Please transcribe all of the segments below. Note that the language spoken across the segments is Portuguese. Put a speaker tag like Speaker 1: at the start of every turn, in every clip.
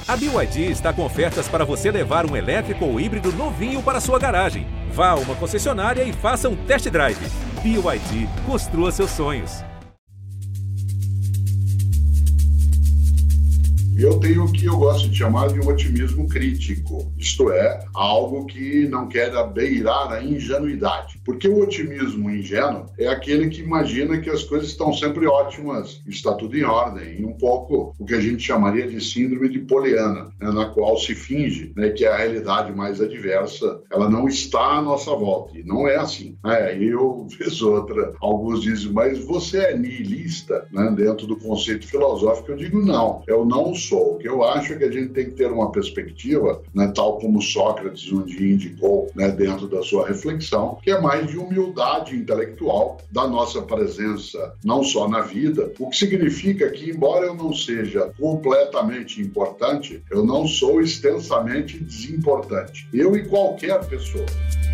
Speaker 1: A BYD está com ofertas para você levar um elétrico ou híbrido novinho para sua garagem. Vá a uma concessionária e faça um test drive. BYD, construa seus sonhos.
Speaker 2: Eu tenho o que eu gosto de chamar de um otimismo crítico, isto é, algo que não quer beirar a ingenuidade. Porque o otimismo ingênuo é aquele que imagina que as coisas estão sempre ótimas, está tudo em ordem, e um pouco o que a gente chamaria de síndrome de Poliana, né, na qual se finge, né, que a realidade mais adversa, ela não está à nossa volta, e não é assim. Eu, vez outra, alguns dizem, mas você é niilista, né, dentro do conceito filosófico? Eu digo, não, eu não sou. O que eu acho é que a gente tem que ter uma perspectiva, né, tal como Sócrates um dia indicou, né, dentro da sua reflexão, que é mais de humildade intelectual da nossa presença, não só na vida, o que significa que, embora eu não seja completamente importante, eu não sou extensamente desimportante. Eu e qualquer pessoa.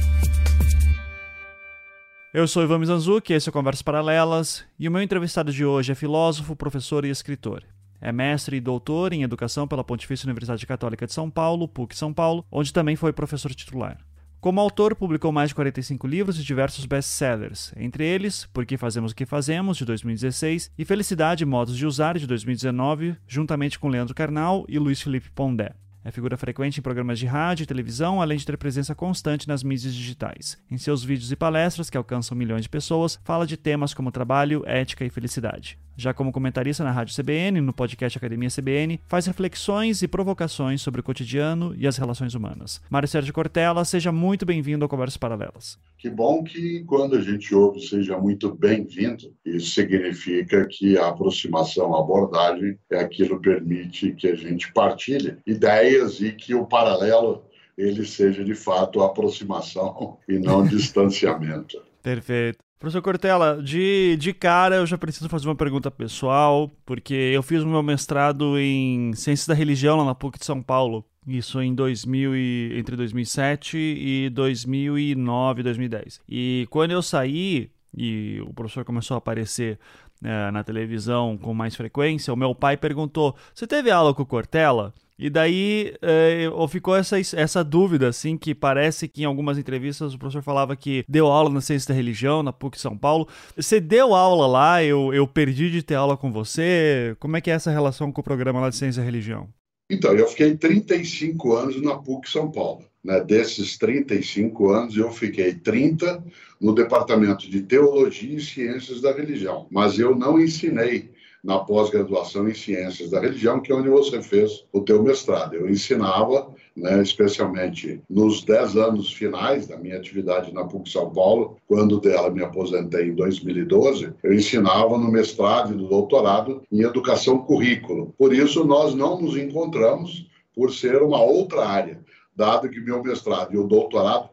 Speaker 3: Eu sou Ivan Mizanzuki, esse é o Conversas Paralelas, e o meu entrevistado de hoje é filósofo, professor e escritor. É mestre e doutor em Educação pela Pontifícia Universidade Católica de São Paulo, PUC São Paulo, onde também foi professor titular. Como autor, publicou mais de 45 livros e diversos best-sellers, entre eles Por que Fazemos o que Fazemos, de 2016, e Felicidade e Modos de Usar, de 2019, juntamente com Leandro Carnal e Luiz Felipe Pondé. É figura frequente em programas de rádio e televisão, além de ter presença constante nas mídias digitais. Em seus vídeos e palestras, que alcançam milhões de pessoas, fala de temas como trabalho, ética e felicidade. Já como comentarista na Rádio CBN e no podcast Academia CBN, faz reflexões e provocações sobre o cotidiano e as relações humanas. Mário Sérgio Cortella, seja muito bem-vindo ao Conversas Paralelas.
Speaker 2: Que bom que quando a gente ouve seja muito bem-vindo, isso significa que a aproximação, a abordagem é aquilo que permite que a gente partilhe ideias e que o paralelo ele seja de fato aproximação e não distanciamento.
Speaker 3: Perfeito. Professor Cortella, de cara eu já preciso fazer uma pergunta pessoal, porque eu fiz o meu mestrado em Ciências da Religião lá na PUC de São Paulo, isso entre 2007 e 2009, 2010. E quando eu saí e o professor começou a aparecer na televisão com mais frequência, o meu pai perguntou, você teve aula com o Cortella? E daí ficou essa dúvida, assim, que parece que em algumas entrevistas o professor falava que deu aula na Ciência da Religião, na PUC São Paulo. Você deu aula lá, eu perdi de ter aula com você. Como é que é essa relação com o programa lá de Ciência da Religião?
Speaker 2: Então, eu fiquei 35 anos na PUC São Paulo. Né? Desses 35 anos, eu fiquei 30 no Departamento de Teologia e Ciências da Religião. Mas eu não ensinei na pós-graduação em Ciências da Religião, que é onde você fez o teu mestrado. Eu ensinava, né, especialmente nos 10 anos finais da minha atividade na PUC São Paulo, quando dela me aposentei em 2012, eu ensinava no mestrado e no doutorado em Educação Currículo. Por isso, nós não nos encontramos por ser uma outra área, dado que meu mestrado e o doutorado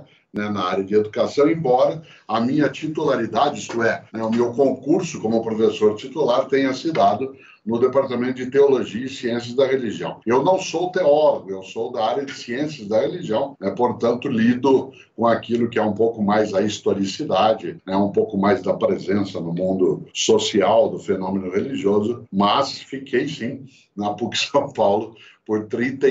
Speaker 2: na área de educação, embora a minha titularidade, isto é, o meu concurso como professor titular tenha se dado no Departamento de Teologia e Ciências da Religião. Eu não sou teólogo, eu sou da área de Ciências da Religião, portanto lido com aquilo que é um pouco mais a historicidade, um pouco mais da presença no mundo social do fenômeno religioso, mas fiquei sim na PUC São Paulo por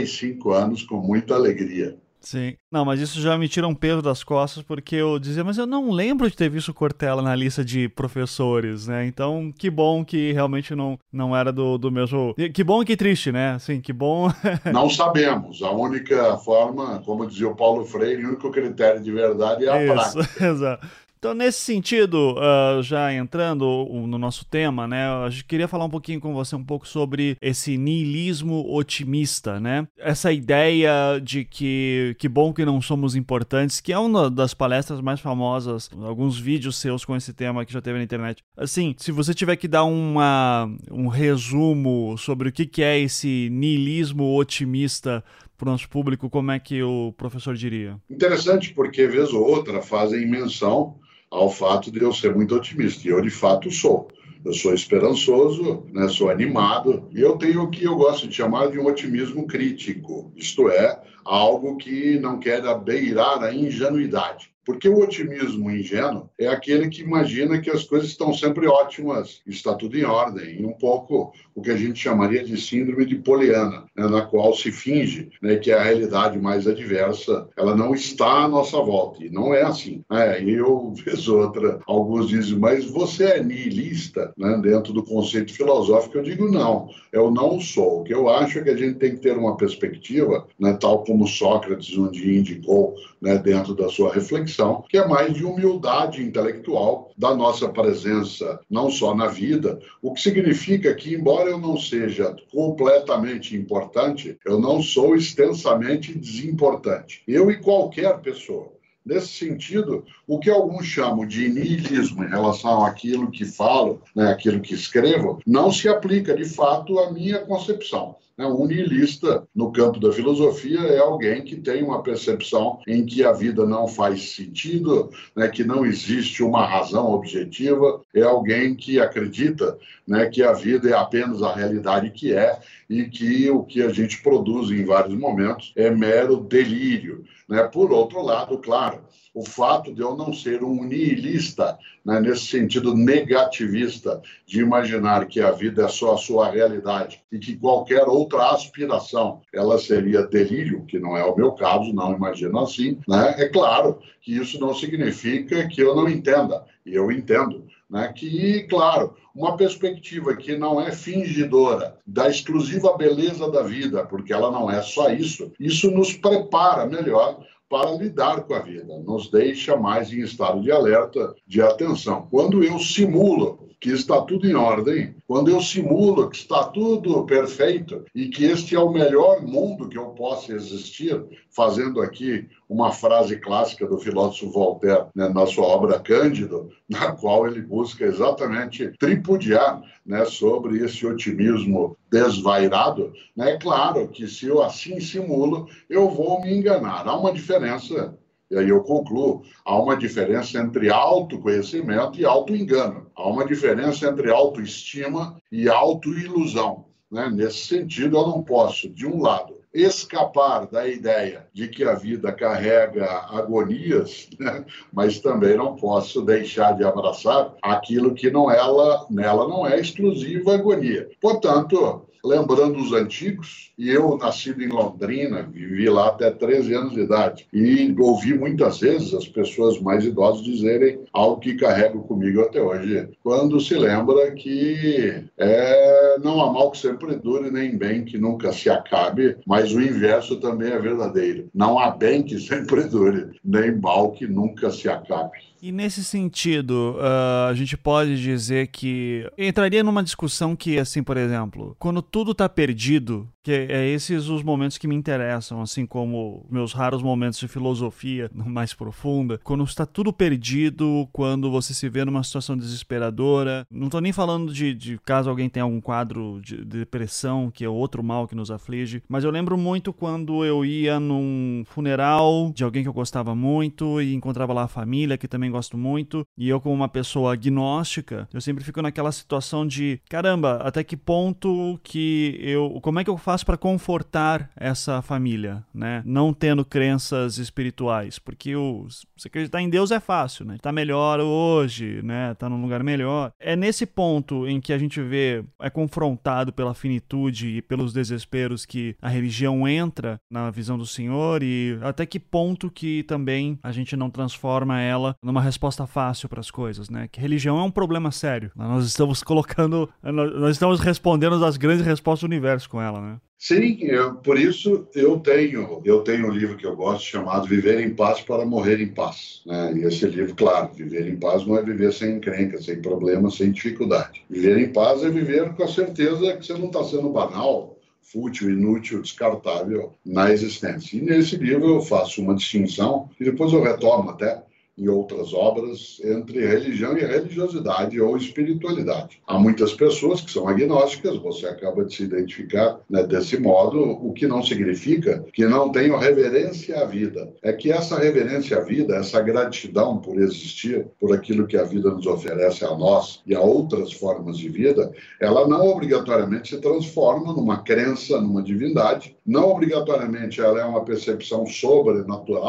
Speaker 2: 35 anos com muita alegria.
Speaker 3: Sim. Não, mas isso já me tira um peso das costas, porque eu dizia, mas eu não lembro de ter visto o Cortella na lista de professores, né? Então, que bom que realmente não era do mesmo... Que bom e que triste, né? Assim, que bom...
Speaker 2: Não sabemos. A única forma, como dizia o Paulo Freire, o único critério de verdade é a prática.
Speaker 3: Exato. Então, nesse sentido, já entrando no nosso tema, né, a gente queria falar um pouquinho com você um pouco sobre esse niilismo otimista, né? Essa ideia de que bom que não somos importantes, que é uma das palestras mais famosas, alguns vídeos seus com esse tema que já teve na internet. Assim, se você tiver que dar um resumo sobre o que é esse niilismo otimista para o nosso público, como é que o professor diria?
Speaker 2: Interessante, porque vez ou outra fazem menção ao fato de eu ser muito otimista, e eu de fato sou. Eu sou esperançoso, né, sou animado, e eu tenho o que eu gosto de chamar de um otimismo crítico, isto é, algo que não quer beirar a ingenuidade. Porque o otimismo ingênuo é aquele que imagina que as coisas estão sempre ótimas, está tudo em ordem, e um pouco o que a gente chamaria de síndrome de Poliana, né, na qual se finge, né, que a realidade mais adversa ela não está à nossa volta, e não é assim. Eu, vez outra, alguns dizem, mas você é niilista, né, dentro do conceito filosófico? Eu digo não, eu não sou. O que eu acho é que a gente tem que ter uma perspectiva, né, tal como Sócrates um dia indicou, né, dentro da sua reflexão, que é mais de humildade intelectual da nossa presença, não só na vida, o que significa que, embora eu não seja completamente importante, eu não sou extensamente desimportante. Eu e qualquer pessoa. Nesse sentido, o que alguns chamam de niilismo em relação àquilo que falo, né, aquilo que escrevo, não se aplica, de fato, à minha concepção. Um niilista, no campo da filosofia, é alguém que tem uma percepção em que a vida não faz sentido, né, que não existe uma razão objetiva, é alguém que acredita, né, que a vida é apenas a realidade que é e que o que a gente produz em vários momentos é mero delírio, né? Por outro lado, claro, o fato de eu não ser um niilista, né, nesse sentido negativista, de imaginar que a vida é só a sua realidade e que qualquer outra aspiração ela seria delírio, que não é o meu caso, não imagino assim, né? É claro que isso não significa que eu não entenda, e eu entendo, né, que, claro, uma perspectiva que não é fingidora da exclusiva beleza da vida, porque ela não é só isso, isso nos prepara melhor para lidar com a vida, nos deixa mais em estado de alerta, de atenção. Quando eu simulo que está tudo em ordem, quando eu simulo que está tudo perfeito e que este é o melhor mundo que eu possa existir, fazendo aqui uma frase clássica do filósofo Voltaire, né, na sua obra Cândido, na qual ele busca exatamente tripudiar, né, sobre esse otimismo desvairado, né? É claro que se eu assim simulo, eu vou me enganar. Há uma diferença. E aí eu concluo, há uma diferença entre autoconhecimento e autoengano. Há uma diferença entre autoestima e autoilusão, né? Nesse sentido, eu não posso, de um lado, escapar da ideia de que a vida carrega agonias, né? Mas também não posso deixar de abraçar aquilo que nela não é exclusiva agonia. Portanto, lembrando os antigos, e eu nascido em Londrina, vivi lá até 13 anos de idade, e ouvi muitas vezes as pessoas mais idosas dizerem algo que carrego comigo até hoje, quando se lembra que não há mal que sempre dure, nem bem que nunca se acabe, mas o inverso também é verdadeiro. Não há bem que sempre dure, nem mal que nunca se acabe.
Speaker 3: E nesse sentido, a gente pode dizer que entraria numa discussão que, assim, por exemplo, quando tudo está perdido, que é esses os momentos que me interessam, assim como meus raros momentos de filosofia mais profunda, quando está tudo perdido, quando você se vê numa situação desesperadora, não estou nem falando de caso alguém tenha algum quadro de depressão, que é outro mal que nos aflige, mas eu lembro muito quando eu ia num funeral de alguém que eu gostava muito e encontrava lá a família, que também gosto muito, e eu como uma pessoa agnóstica, eu sempre fico naquela situação de, caramba, até que ponto como é que eu faço para confortar essa família, né? Não tendo crenças espirituais, porque você acreditar em Deus é fácil, né? Tá melhor hoje, né? Tá num lugar melhor. É nesse ponto em que a gente é confrontado pela finitude e pelos desesperos que a religião entra na visão do Senhor, e até que ponto que também a gente não transforma ela numa resposta fácil para as coisas, né? Que religião é um problema sério. Nós estamos respondendo as grandes respostas do universo com ela, né?
Speaker 2: Sim, por isso eu tenho um livro que eu gosto chamado Viver em Paz para Morrer em Paz, né? E esse livro, claro, viver em paz não é viver sem encrenca, sem problema, sem dificuldade. Viver em paz é viver com a certeza que você não está sendo banal, fútil, inútil, descartável na existência. E nesse livro eu faço uma distinção, e depois eu retomo até em outras obras, entre religião e religiosidade ou espiritualidade. Há muitas pessoas que são agnósticas, você acaba de se identificar, né, desse modo, o que não significa que não tenham reverência à vida. É que essa reverência à vida, essa gratidão por existir, por aquilo que a vida nos oferece a nós e a outras formas de vida, ela não obrigatoriamente se transforma numa crença, numa divindade, não obrigatoriamente ela é uma percepção sobrenatural,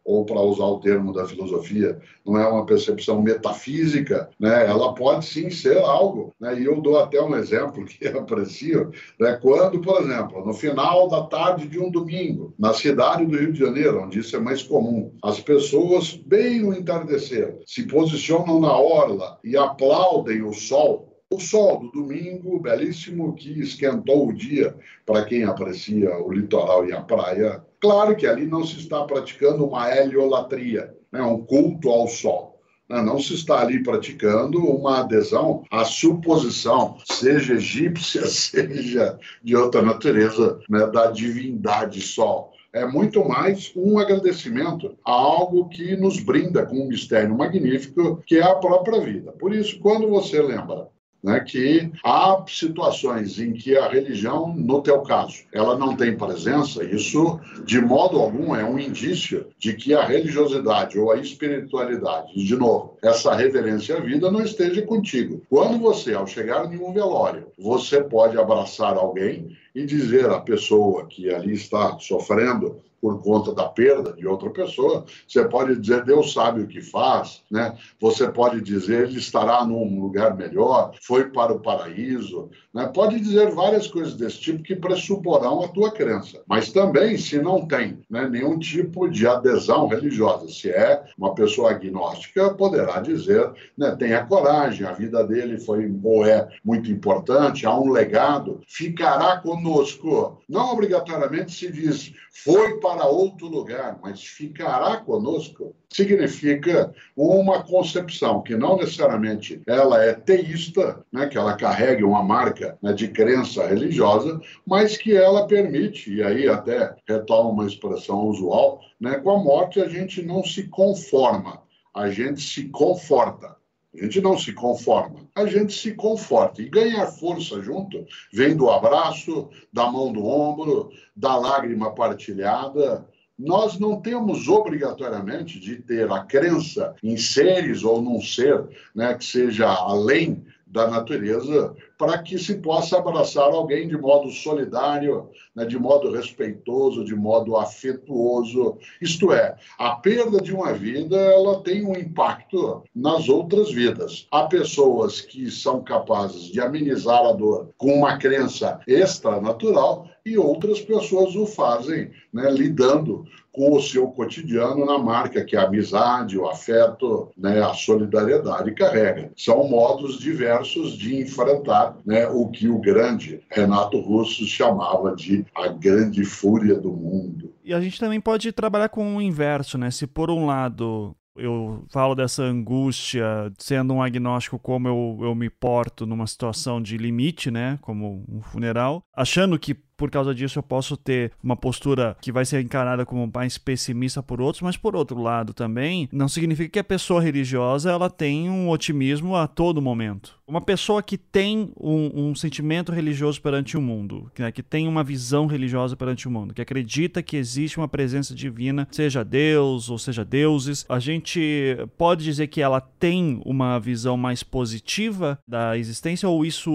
Speaker 2: ou para usar o termo da filosofia, não é uma percepção metafísica, né? Ela pode sim ser algo, né? E eu dou até um exemplo que eu aprecio, né? Quando, por exemplo, no final da tarde de um domingo, na cidade do Rio de Janeiro, onde isso é mais comum, as pessoas, bem no entardecer, se posicionam na orla e aplaudem o sol do domingo, belíssimo, que esquentou o dia para quem aprecia o litoral e a praia. Claro que ali não se está praticando uma heliolatria, né, um culto ao sol. Não se está ali praticando uma adesão à suposição, seja egípcia, seja de outra natureza, né, da divindade sol. É muito mais um agradecimento a algo que nos brinda com um mistério magnífico, que é a própria vida. Por isso, quando você lembra, né, que há situações em que a religião, no teu caso, ela não tem presença, isso de modo algum é um indício de que a religiosidade ou a espiritualidade, de novo, essa reverência à vida não esteja contigo. Quando você, ao chegar em um velório, você pode abraçar alguém e dizer à pessoa que ali está sofrendo por conta da perda de outra pessoa, você pode dizer, Deus sabe o que faz, né? Você pode dizer, ele estará num lugar melhor, foi para o paraíso, né? Pode dizer várias coisas desse tipo que pressuporão a tua crença. Mas também, se não tem, né, nenhum tipo de adesão religiosa, se é uma pessoa agnóstica, poderá dizer, né, tenha coragem, a vida dele foi ou é muito importante, há um legado, ficará conosco. Não obrigatoriamente se diz, foi para outro lugar, mas ficará conosco, significa uma concepção que não necessariamente ela é teísta, né, que ela carregue uma marca, né, de crença religiosa, mas que ela permite, e aí até retoma uma expressão usual, né, com a morte a gente não se conforma, a gente se conforta. A gente não se conforma, a gente se conforta. E ganhar força junto vem do abraço, da mão do ombro, da lágrima partilhada. Nós não temos obrigatoriamente de ter a crença em seres ou num ser, né, que seja além da natureza, para que se possa abraçar alguém de modo solidário, né, de modo respeitoso, de modo afetuoso. Isto é, a perda de uma vida, ela tem um impacto nas outras vidas. Há pessoas que são capazes de amenizar a dor com uma crença extranatural e outras pessoas o fazem, né, lidando com o seu cotidiano na marca que a amizade, o afeto, né, a solidariedade carrega. São modos diversos de enfrentar, né, o que o grande Renato Russo chamava de a grande fúria do mundo.
Speaker 3: E a gente também pode trabalhar com o inverso, né? Se por um lado eu falo dessa angústia, sendo um agnóstico, como eu me porto numa situação de limite, né, como um funeral, achando que por causa disso eu posso ter uma postura que vai ser encarada como mais pessimista por outros, mas por outro lado também, não significa que a pessoa religiosa ela tem um otimismo a todo momento. Uma pessoa que tem um sentimento religioso perante o mundo, né, que tem uma visão religiosa perante o mundo, que acredita que existe uma presença divina, seja Deus ou seja deuses, a gente pode dizer que ela tem uma visão mais positiva da existência ou isso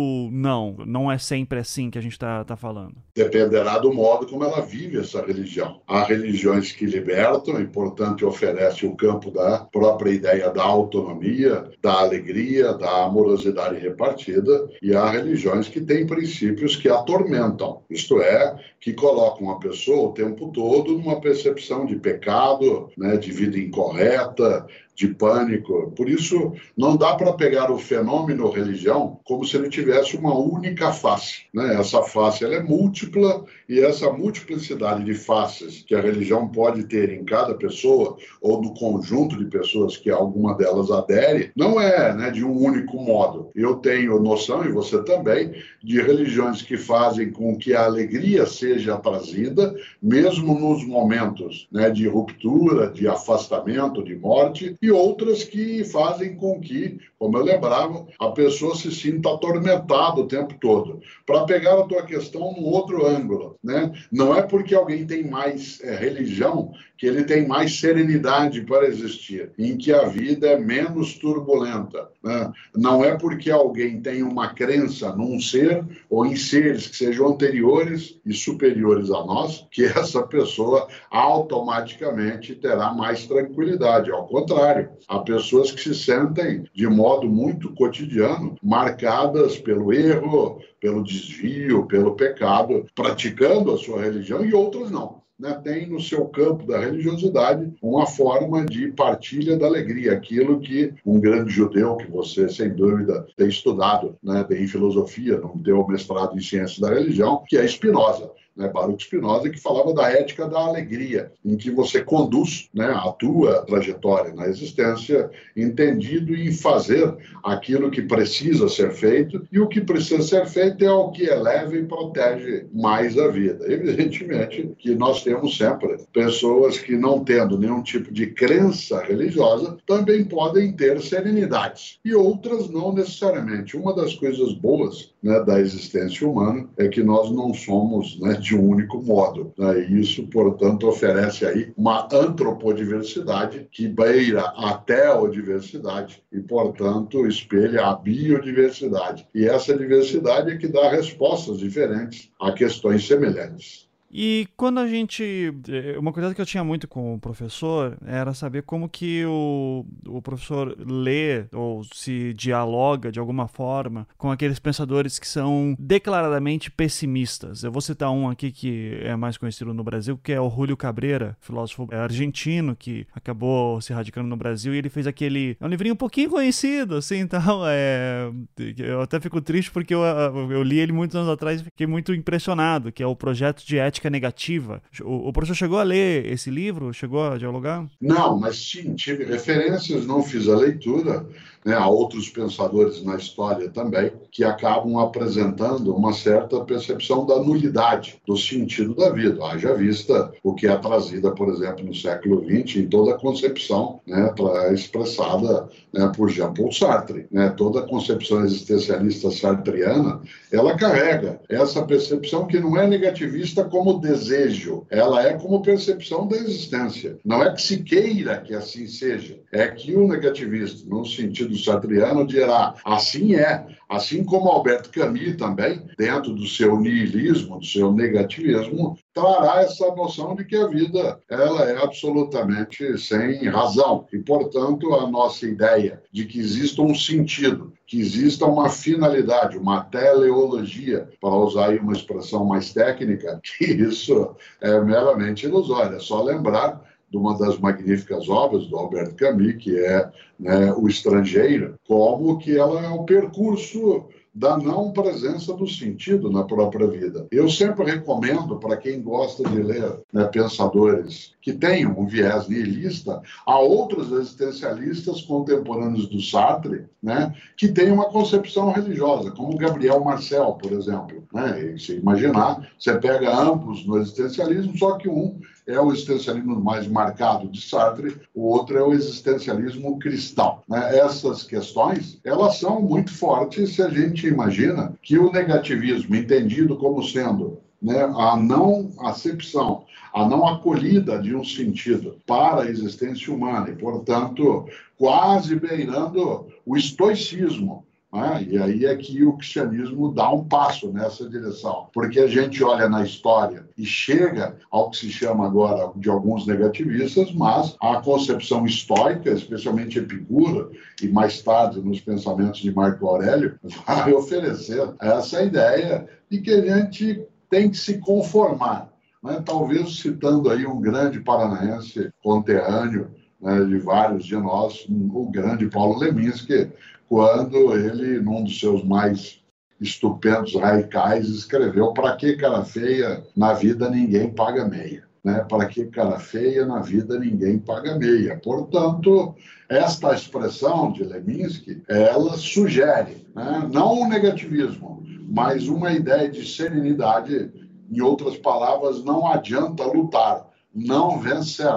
Speaker 3: não é sempre assim que a gente está falando?
Speaker 2: Dependerá do modo como ela vive essa religião. Há religiões que libertam e, portanto, oferecem o campo da própria ideia da autonomia, da alegria, da amorosidade repartida, e há religiões que têm princípios que atormentam, isto é, que colocam a pessoa o tempo todo numa percepção de pecado, né, de vida incorreta, de pânico. Por isso, não dá para pegar o fenômeno religião como se ele tivesse uma única face, né? Essa face ela é múltipla e essa multiplicidade de faces que a religião pode ter em cada pessoa ou do conjunto de pessoas que alguma delas adere, não é, né, de um único modo. Eu tenho noção, e você também, de religiões que fazem com que a alegria seja trazida, mesmo nos momentos, né, de ruptura, de afastamento, de morte, e e outras que fazem com que, como eu lembrava, a pessoa se sinta atormentada o tempo todo. Para pegar a tua questão num outro ângulo, né? Não é porque alguém tem mais religião que ele tem mais serenidade para existir, em que a vida é menos turbulenta, né? Não é porque alguém tem uma crença num ser ou em seres que sejam anteriores e superiores a nós, que essa pessoa automaticamente terá mais tranquilidade. Ao contrário, há pessoas que se sentem de modo muito cotidiano marcadas pelo erro, pelo desvio, pelo pecado, praticando a sua religião, e outras não. Tem no seu campo da religiosidade uma forma de partilha da alegria, aquilo que um grande judeu, que você, sem dúvida, tem estudado, em filosofia, não deu mestrado em ciências da religião, que é Spinoza. Baruch Spinoza, que falava da ética da alegria, em que você conduz a tua trajetória na existência, entendido em fazer aquilo que precisa ser feito, e o que precisa ser feito é o que eleva e protege mais a vida. Evidentemente que nós temos sempre pessoas que, não tendo nenhum tipo de crença religiosa, também podem ter serenidades, e outras não necessariamente. Uma das coisas boas da existência humana é que nós não somos de um único modo. E isso, portanto, oferece aí uma antropodiversidade que beira até a diversidade e, portanto, espelha a biodiversidade. E essa diversidade é que dá respostas diferentes a questões semelhantes.
Speaker 3: E quando a gente... Uma coisa que eu tinha muito com o professor era saber como que o professor lê ou se dialoga de alguma forma com aqueles pensadores que são declaradamente pessimistas. Eu vou citar um aqui que é mais conhecido no Brasil, que é o Júlio Cabrera, filósofo argentino que acabou se radicando no Brasil, e ele fez aquele... É um livrinho um pouquinho conhecido, assim, então eu até fico triste porque eu li ele muitos anos atrás e fiquei muito impressionado, que é o Projeto de Ética Negativa. O professor chegou a ler esse livro? Chegou a dialogar?
Speaker 2: Não, mas sim, tive referências, não fiz a leitura. Há outros pensadores na história também que acabam apresentando uma certa percepção da nulidade do sentido da vida. Haja vista o que é trazida, por exemplo, no século XX, em toda a concepção expressada por Jean-Paul Sartre. Toda a concepção existencialista sartreana, ela carrega essa percepção que não é negativista como desejo, ela é como percepção da existência. Não é que se queira que assim seja, é que o negativista, no sentido sartreano, dirá, assim é. Assim como Albert Camus também, dentro do seu niilismo, do seu negativismo, trará essa noção de que a vida ela é absolutamente sem razão. E, portanto, a nossa ideia de que exista um sentido, que exista uma finalidade, uma teleologia, para usar aí uma expressão mais técnica, que isso é meramente ilusório. É só lembrar de uma das magníficas obras do Albert Camus, que é O Estrangeiro, como que ela é o percurso da não presença do sentido na própria vida. Eu sempre recomendo, para quem gosta de ler pensadores que tenham um viés nihilista, a outros existencialistas contemporâneos do Sartre, que têm uma concepção religiosa, como Gabriel Marcel, por exemplo. E se imaginar, você pega ambos no existencialismo, só que um é o existencialismo mais marcado de Sartre, o outro é o existencialismo cristão. Essas questões, elas são muito fortes se a gente imagina que o negativismo, entendido como sendo a não acepção, a não acolhida de um sentido para a existência humana e, portanto, quase beirando o estoicismo. E aí é que o cristianismo dá um passo nessa direção, porque a gente olha na história e chega ao que se chama agora de alguns negativistas, mas a concepção estoica, especialmente Epicuro, e mais tarde nos pensamentos de Marco Aurélio, vai oferecer essa ideia de que a gente tem que se conformar. Talvez citando aí um grande paranaense conterrâneo de vários de nós, o grande Paulo Leminski, quando ele, num dos seus mais estupendos radicais, escreveu: "Para que cara feia na vida ninguém paga meia?" Para que cara feia na vida ninguém paga meia. Portanto, esta expressão de Leminski, ela sugere, não um negativismo, mas uma ideia de serenidade. Em outras palavras, não adianta lutar, não vencerás.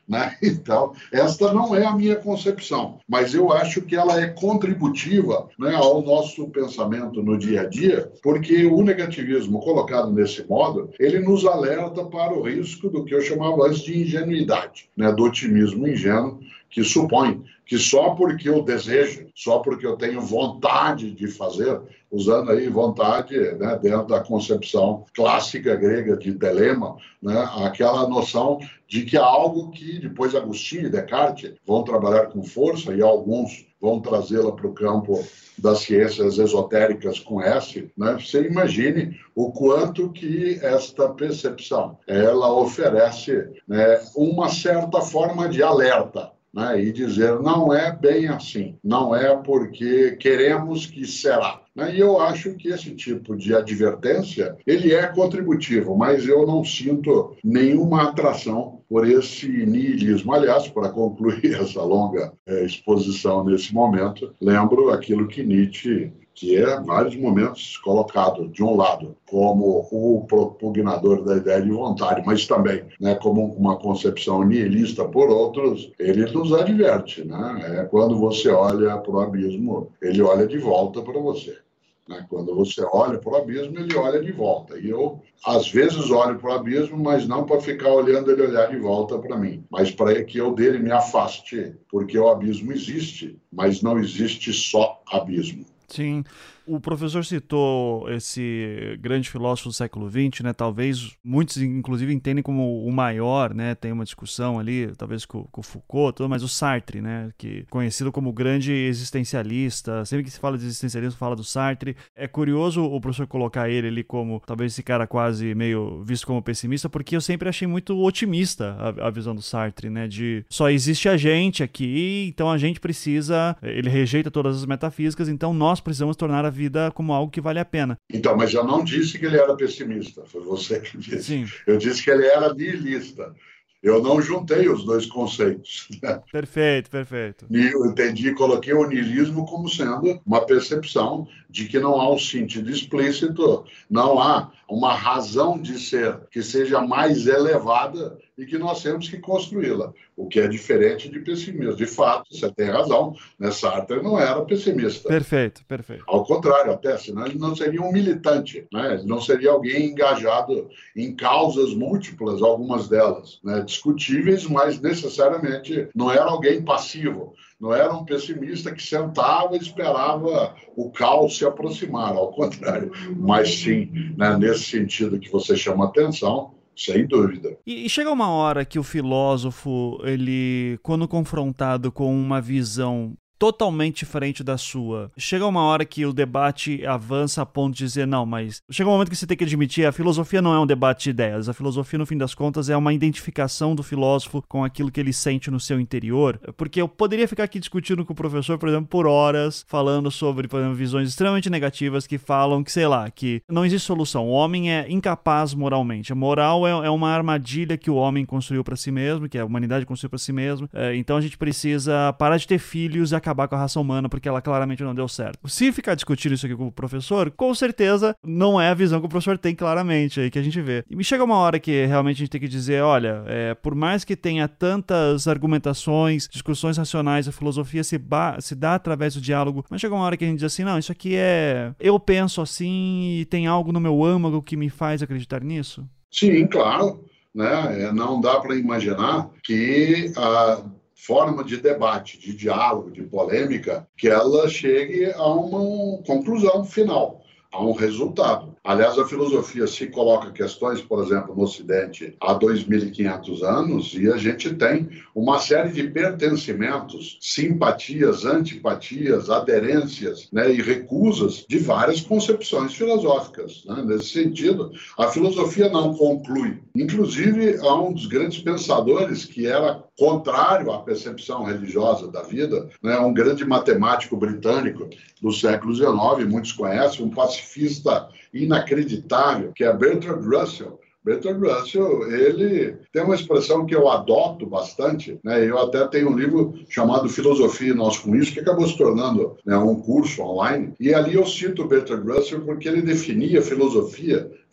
Speaker 2: né? Então, esta não é a minha concepção, mas eu acho que ela é contributiva, né, ao nosso pensamento no dia a dia, porque o negativismo colocado nesse modo, ele nos alerta para o risco do que eu chamava antes de ingenuidade, né, do otimismo ingênuo, que supõe que só porque eu desejo, só porque eu tenho vontade de fazer, usando aí vontade, né, dentro da concepção clássica grega de telema, né, aquela noção de que há algo que depois Agostinho e Descartes vão trabalhar com força, e alguns vão trazê-la para o campo das ciências esotéricas com S, né? Você imagine o quanto que esta percepção ela oferece, né, uma certa forma de alerta, né, e dizer, não é bem assim, não é porque queremos que será. E eu acho que esse tipo de advertência, ele é contributivo, mas eu não sinto nenhuma atração por esse niilismo. Aliás, para concluir essa longa exposição nesse momento, lembro aquilo que Nietzsche, que é, em vários momentos, colocado, de um lado, como o propugnador da ideia de vontade, mas também, né, como uma concepção nihilista por outros, ele nos adverte, né? É quando você olha para o abismo, ele olha de volta para você. Quando você olha para o abismo, ele olha de volta. E eu, às vezes, olho para o abismo, mas não para ficar olhando ele olhar de volta para mim, mas para que eu dele me afaste, porque o abismo existe, mas não existe só abismo.
Speaker 3: Sim. O professor citou esse grande filósofo do século XX, né? Talvez muitos, inclusive, entendem como o maior, né? Tem uma discussão ali, talvez com Foucault, mas o Sartre, né? Que conhecido como o grande existencialista. Sempre que se fala de existencialismo, fala do Sartre. É curioso o professor colocar ele ali como, talvez, esse cara quase meio visto como pessimista, porque eu sempre achei muito otimista a visão do Sartre, né? De só existe a gente aqui, então a gente precisa... Ele rejeita todas as metafísicas, então nós precisamos tornar a vida como algo que vale a pena.
Speaker 2: Então, mas eu não disse que ele era pessimista, foi você que disse.
Speaker 3: Sim.
Speaker 2: Eu disse que ele era nihilista. Eu não juntei os dois conceitos.
Speaker 3: Perfeito, perfeito.
Speaker 2: Eu entendi, coloquei o niilismo como sendo uma percepção de que não há um sentido explícito, não há uma razão de ser que seja mais elevada e que nós temos que construí-la, o que é diferente de pessimismo. De fato, você tem razão, né? Sartre não era pessimista.
Speaker 3: Perfeito, perfeito.
Speaker 2: Ao contrário, até, senão ele não seria um militante, né? Ele não seria alguém engajado em causas múltiplas, algumas delas, né, discutíveis, mas necessariamente não era alguém passivo. Não era um pessimista que sentava e esperava o caos se aproximar, ao contrário. Mas sim, né, nesse sentido que você chama atenção, sem dúvida.
Speaker 3: E chega uma hora que o filósofo, ele, quando confrontado com uma visão totalmente diferente da sua, chega uma hora que o debate avança a ponto de dizer, não, mas chega um momento que você tem que admitir, a filosofia não é um debate de ideias, a filosofia, no fim das contas, é uma identificação do filósofo com aquilo que ele sente no seu interior, porque eu poderia ficar aqui discutindo com o professor, por exemplo, por horas, falando sobre, por exemplo, visões extremamente negativas que falam que, sei lá, que não existe solução, o homem é incapaz moralmente, a moral é uma armadilha que o homem construiu para si mesmo, que a humanidade construiu para si mesmo, então a gente precisa parar de ter filhos e acabar com a raça humana, porque ela claramente não deu certo. Se ficar discutindo isso aqui com o professor, com certeza não é a visão que o professor tem claramente aí que a gente vê. E me chega uma hora que realmente a gente tem que dizer, olha, por mais que tenha tantas argumentações, discussões racionais, a filosofia se dá através do diálogo, mas chega uma hora que a gente diz assim, não, isso aqui eu penso assim e tem algo no meu âmago que me faz acreditar nisso?
Speaker 2: Sim, claro, né? Não dá para imaginar que a forma de debate, de diálogo, de polêmica, que ela chegue a uma conclusão final, a um resultado. Aliás, a filosofia se coloca questões, por exemplo, no Ocidente, há 2.500 anos, e a gente tem uma série de pertencimentos, simpatias, antipatias, aderências, né, e recusas de várias concepções filosóficas, né? Nesse sentido, a filosofia não conclui. Inclusive, há um dos grandes pensadores que era contrário à percepção religiosa da vida, né, um grande matemático britânico do século XIX, muitos conhecem, um pacifista inacreditável, que é Bertrand Russell. Bertrand Russell, ele tem uma expressão que eu adoto bastante, né? Eu até tenho um livro chamado Filosofia e Nós com Isso, que acabou se tornando, né, um curso online, e ali eu cito Bertrand Russell porque ele definia filosofia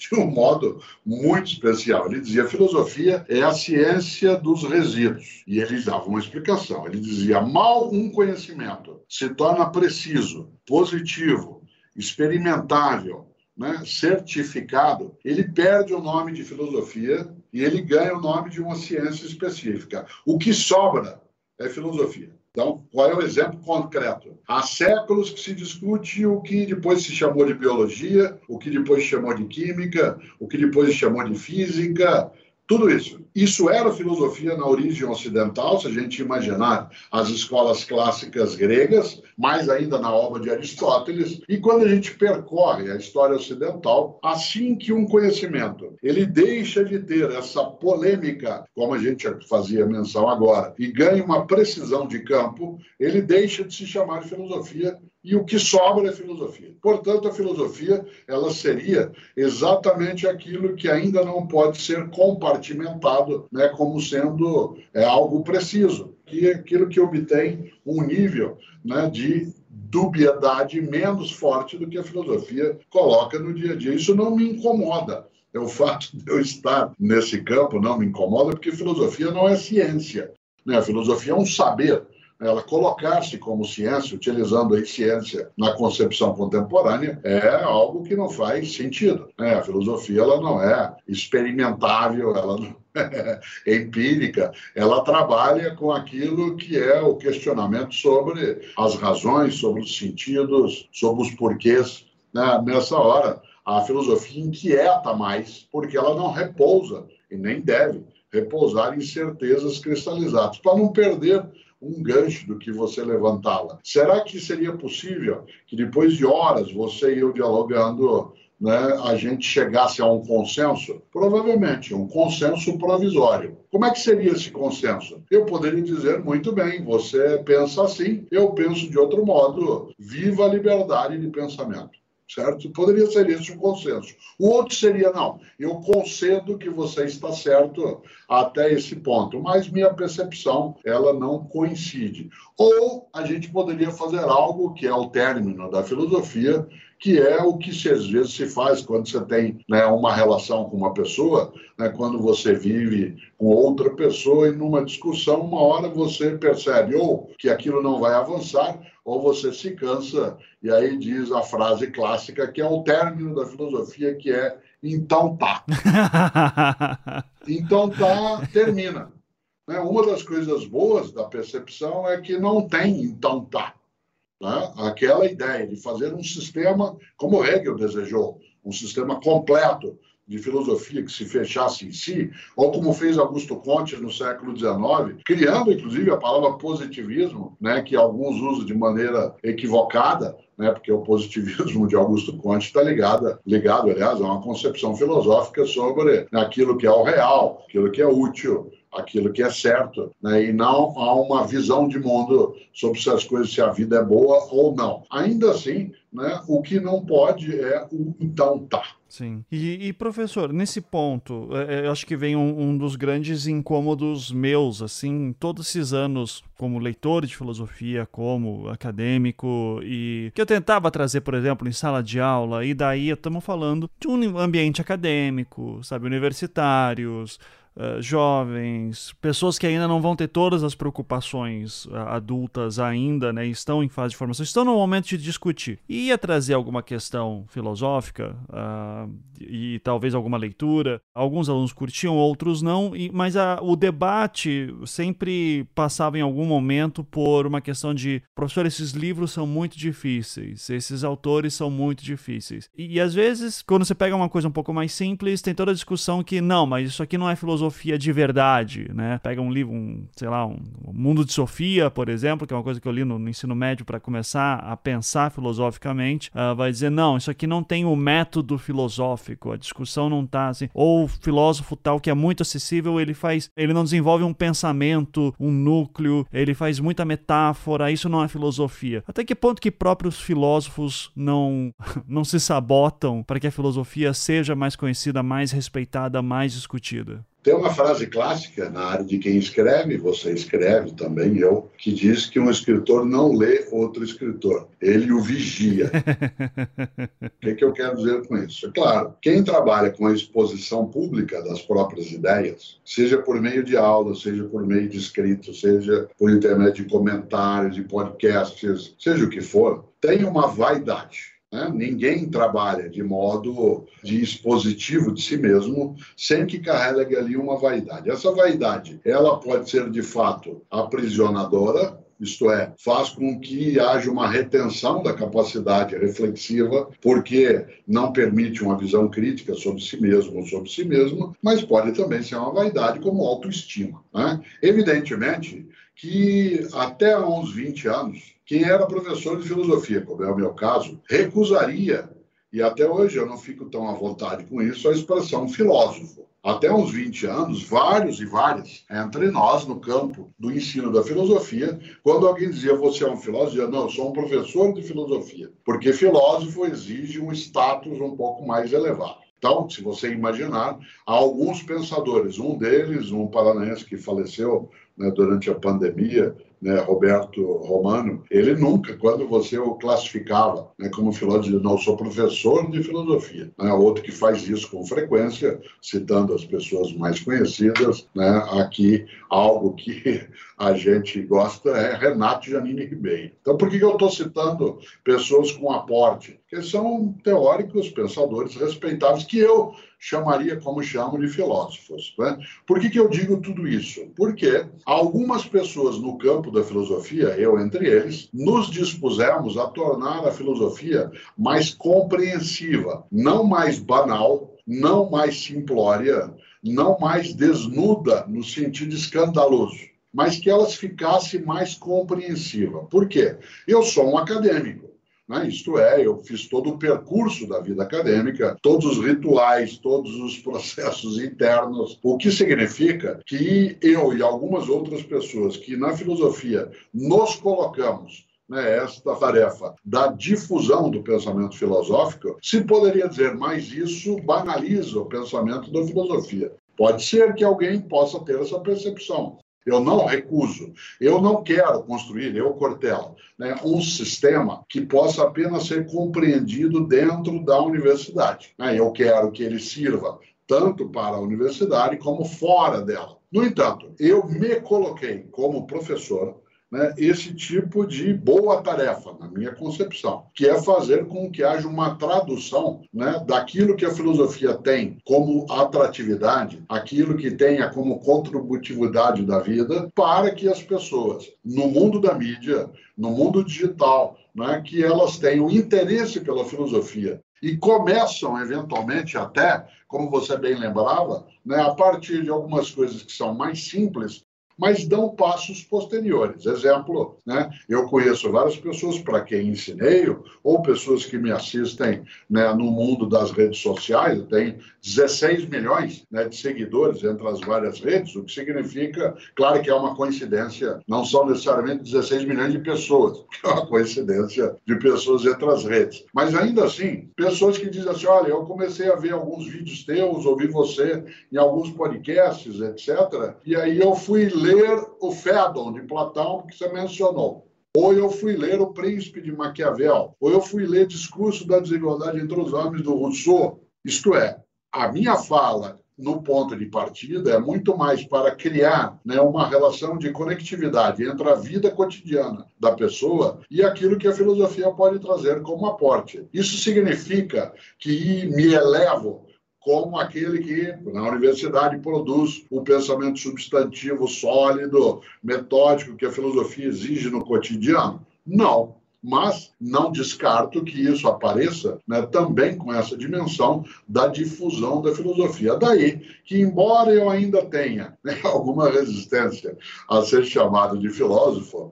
Speaker 2: de um modo muito especial. Ele dizia: filosofia é a ciência dos resíduos. E ele dava uma explicação. Ele dizia: mal um conhecimento se torna preciso, positivo, experimentável, né, certificado, ele perde o nome de filosofia e ele ganha o nome de uma ciência específica. O que sobra é filosofia. Então, qual é o exemplo concreto? Há séculos que se discute o que depois se chamou de biologia, o que depois se chamou de química, o que depois se chamou de física, tudo isso. Isso era filosofia na origem ocidental, se a gente imaginar as escolas clássicas gregas, mais ainda na obra de Aristóteles. E quando a gente percorre a história ocidental, assim que um conhecimento ele deixa de ter essa polêmica, como a gente fazia menção agora, e ganha uma precisão de campo, ele deixa de se chamar de filosofia. E o que sobra é filosofia. Portanto, a filosofia ela seria exatamente aquilo que ainda não pode ser compartimentado, né, como sendo algo preciso, que é aquilo que obtém um nível, né, de dubiedade menos forte do que a filosofia coloca no dia a dia. Isso não me incomoda. O fato de eu estar nesse campo não me incomoda, porque filosofia não é ciência, né? A filosofia é um saber. Ela colocar-se como ciência, utilizando a ciência na concepção contemporânea, é algo que não faz sentido, né? A filosofia ela não é experimentável, ela não é empírica, ela trabalha com aquilo que é o questionamento sobre as razões, sobre os sentidos, sobre os porquês, né? Nessa hora, a filosofia inquieta mais, porque ela não repousa, e nem deve repousar em certezas cristalizadas, para não perder um gancho do que você levantava. Será que seria possível que depois de horas você e eu dialogando, né, a gente chegasse a um consenso? Provavelmente, um consenso provisório. Como é que seria esse consenso? Eu poderia dizer: muito bem, você pensa assim, eu penso de outro modo, viva a liberdade de pensamento. Certo? Poderia ser esse o consenso. O outro seria: não, eu concedo que você está certo até esse ponto, mas minha percepção, ela não coincide. Ou a gente poderia fazer algo que é o término da filosofia, que é o que às vezes se faz quando você tem, né, uma relação com uma pessoa, né, quando você vive com outra pessoa e numa discussão, uma hora você percebe ou que aquilo não vai avançar, ou você se cansa, e aí diz a frase clássica que é o término da filosofia, que é: então tá. Então tá, termina. Né? Uma das coisas boas da percepção é que não tem então tá. Né? Aquela ideia de fazer um sistema, como Hegel desejou, um sistema completo de filosofia que se fechasse em si, ou como fez Augusto Comte no século XIX, criando inclusive a palavra positivismo, né, que alguns usam de maneira equivocada, né, porque o positivismo de Augusto Comte está ligado, aliás, a uma concepção filosófica sobre aquilo que é o real, aquilo que é útil, aquilo que é certo, né? E não há uma visão de mundo sobre se as coisas, se a vida é boa ou não. Ainda assim, né, o que não pode é o então tá.
Speaker 3: Sim. E professor, nesse ponto, eu acho que vem um dos grandes incômodos meus, assim, todos esses anos como leitor de filosofia, como acadêmico, e que eu tentava trazer, por exemplo, em sala de aula, e daí estamos falando de um ambiente acadêmico, sabe, universitários, jovens, pessoas que ainda não vão ter todas as preocupações adultas ainda, né, estão em fase de formação, estão no momento de discutir. E ia trazer alguma questão filosófica e talvez alguma leitura. Alguns alunos curtiam, outros não, mas o debate sempre passava em algum momento por uma questão de: professor, esses livros são muito difíceis, esses autores são muito difíceis. E às vezes, quando você pega uma coisa um pouco mais simples, tem toda a discussão que não, mas isso aqui não é filosofia de verdade, né? Pega um livro, sei lá, um Mundo de Sofia, por exemplo, que é uma coisa que eu li no ensino médio para começar a pensar filosoficamente, vai dizer: não, isso aqui não tem o método filosófico, a discussão não tá assim, ou o filósofo tal que é muito acessível, ele não desenvolve um pensamento, um núcleo, ele faz muita metáfora, isso não é filosofia. Até que ponto que próprios filósofos não se sabotam para que a filosofia seja mais conhecida, mais respeitada, mais discutida?
Speaker 2: Tem uma frase clássica na área de quem escreve, você escreve também, eu, que diz que um escritor não lê outro escritor, ele o vigia. O que eu quero dizer com isso? É claro, quem trabalha com a exposição pública das próprias ideias, seja por meio de aulas, seja por meio de escrito, seja por intermédio de comentários, de podcasts, seja o que for, tem uma vaidade. Ninguém trabalha de modo de expositivo de si mesmo sem que carregue ali uma vaidade. Essa vaidade, ela pode ser de fato aprisionadora, isto é, faz com que haja uma retenção da capacidade reflexiva, porque não permite uma visão crítica sobre si mesmo ou sobre si mesmo, mas pode também ser uma vaidade como autoestima. Evidentemente que até há uns 20 anos, quem era professor de filosofia, como é o meu caso, recusaria, e até hoje eu não fico tão à vontade com isso, a expressão filósofo. Até uns 20 anos, vários e várias, entre nós, no campo do ensino da filosofia, quando alguém dizia, você é um filósofo, dizia, não, eu sou um professor de filosofia, porque filósofo exige um status um pouco mais elevado. Então, se você imaginar, há alguns pensadores, um deles, um paranaense que faleceu durante a pandemia, Roberto Romano, ele nunca, quando você o classificava como filósofo, dizia, não, eu sou professor de filosofia. Outro que faz isso com frequência, citando as pessoas mais conhecidas, aqui algo que a gente gosta é Renato Giannini Ribeiro. Então, por que eu estou citando pessoas com aporte? Porque são teóricos, pensadores respeitáveis, que eu chamaria, como chamo, de filósofos. Por que eu digo tudo isso? Porque algumas pessoas no campo da filosofia, eu entre eles, nos dispusemos a tornar a filosofia mais compreensiva, não mais banal, não mais simplória, não mais desnuda no sentido escandaloso, mas que elas ficassem mais compreensivas. Por quê? Eu sou um acadêmico. Isto é, eu fiz todo o percurso da vida acadêmica, todos os rituais, todos os processos internos, o que significa que eu e algumas outras pessoas que na filosofia nos colocamos esta tarefa da difusão do pensamento filosófico, se poderia dizer, mas isso banaliza o pensamento da filosofia. Pode ser que alguém possa ter essa percepção. Eu não recuso, eu não quero construir, eu, Cortella, um sistema que possa apenas ser compreendido dentro da universidade. Eu quero que ele sirva tanto para a universidade como fora dela. No entanto, eu me coloquei como professor esse tipo de boa tarefa, na minha concepção, que é fazer com que haja uma tradução daquilo que a filosofia tem como atratividade, aquilo que tenha como contributividade da vida, para que as pessoas, no mundo da mídia, no mundo digital, que elas tenham interesse pela filosofia e começam, eventualmente, até, como você bem lembrava, a partir de algumas coisas que são mais simples, mas dão passos posteriores. Exemplo, eu conheço várias pessoas para quem ensinei, ou pessoas que me assistem no mundo das redes sociais. Eu tenho 16 milhões de seguidores entre as várias redes, o que significa, claro que é uma coincidência, não são necessariamente 16 milhões de pessoas, que é uma coincidência de pessoas entre as redes. Mas ainda assim, pessoas que dizem assim, olha, eu comecei a ver alguns vídeos teus, ouvi você em alguns podcasts, etc., e aí eu fui ler o Fédon de Platão, que você mencionou. Ou eu fui ler O Príncipe de Maquiavel. Ou eu fui ler Discurso da Desigualdade entre os Homens, do Rousseau. Isto é, a minha fala no ponto de partida é muito mais para criar uma relação de conectividade entre a vida cotidiana da pessoa e aquilo que a filosofia pode trazer como aporte. Isso significa que me elevo como aquele que, na universidade, produz o pensamento substantivo sólido, metódico, que a filosofia exige no cotidiano? Não. Mas não descarto que isso apareça também com essa dimensão da difusão da filosofia. Daí que, embora eu ainda tenha alguma resistência a ser chamado de filósofo,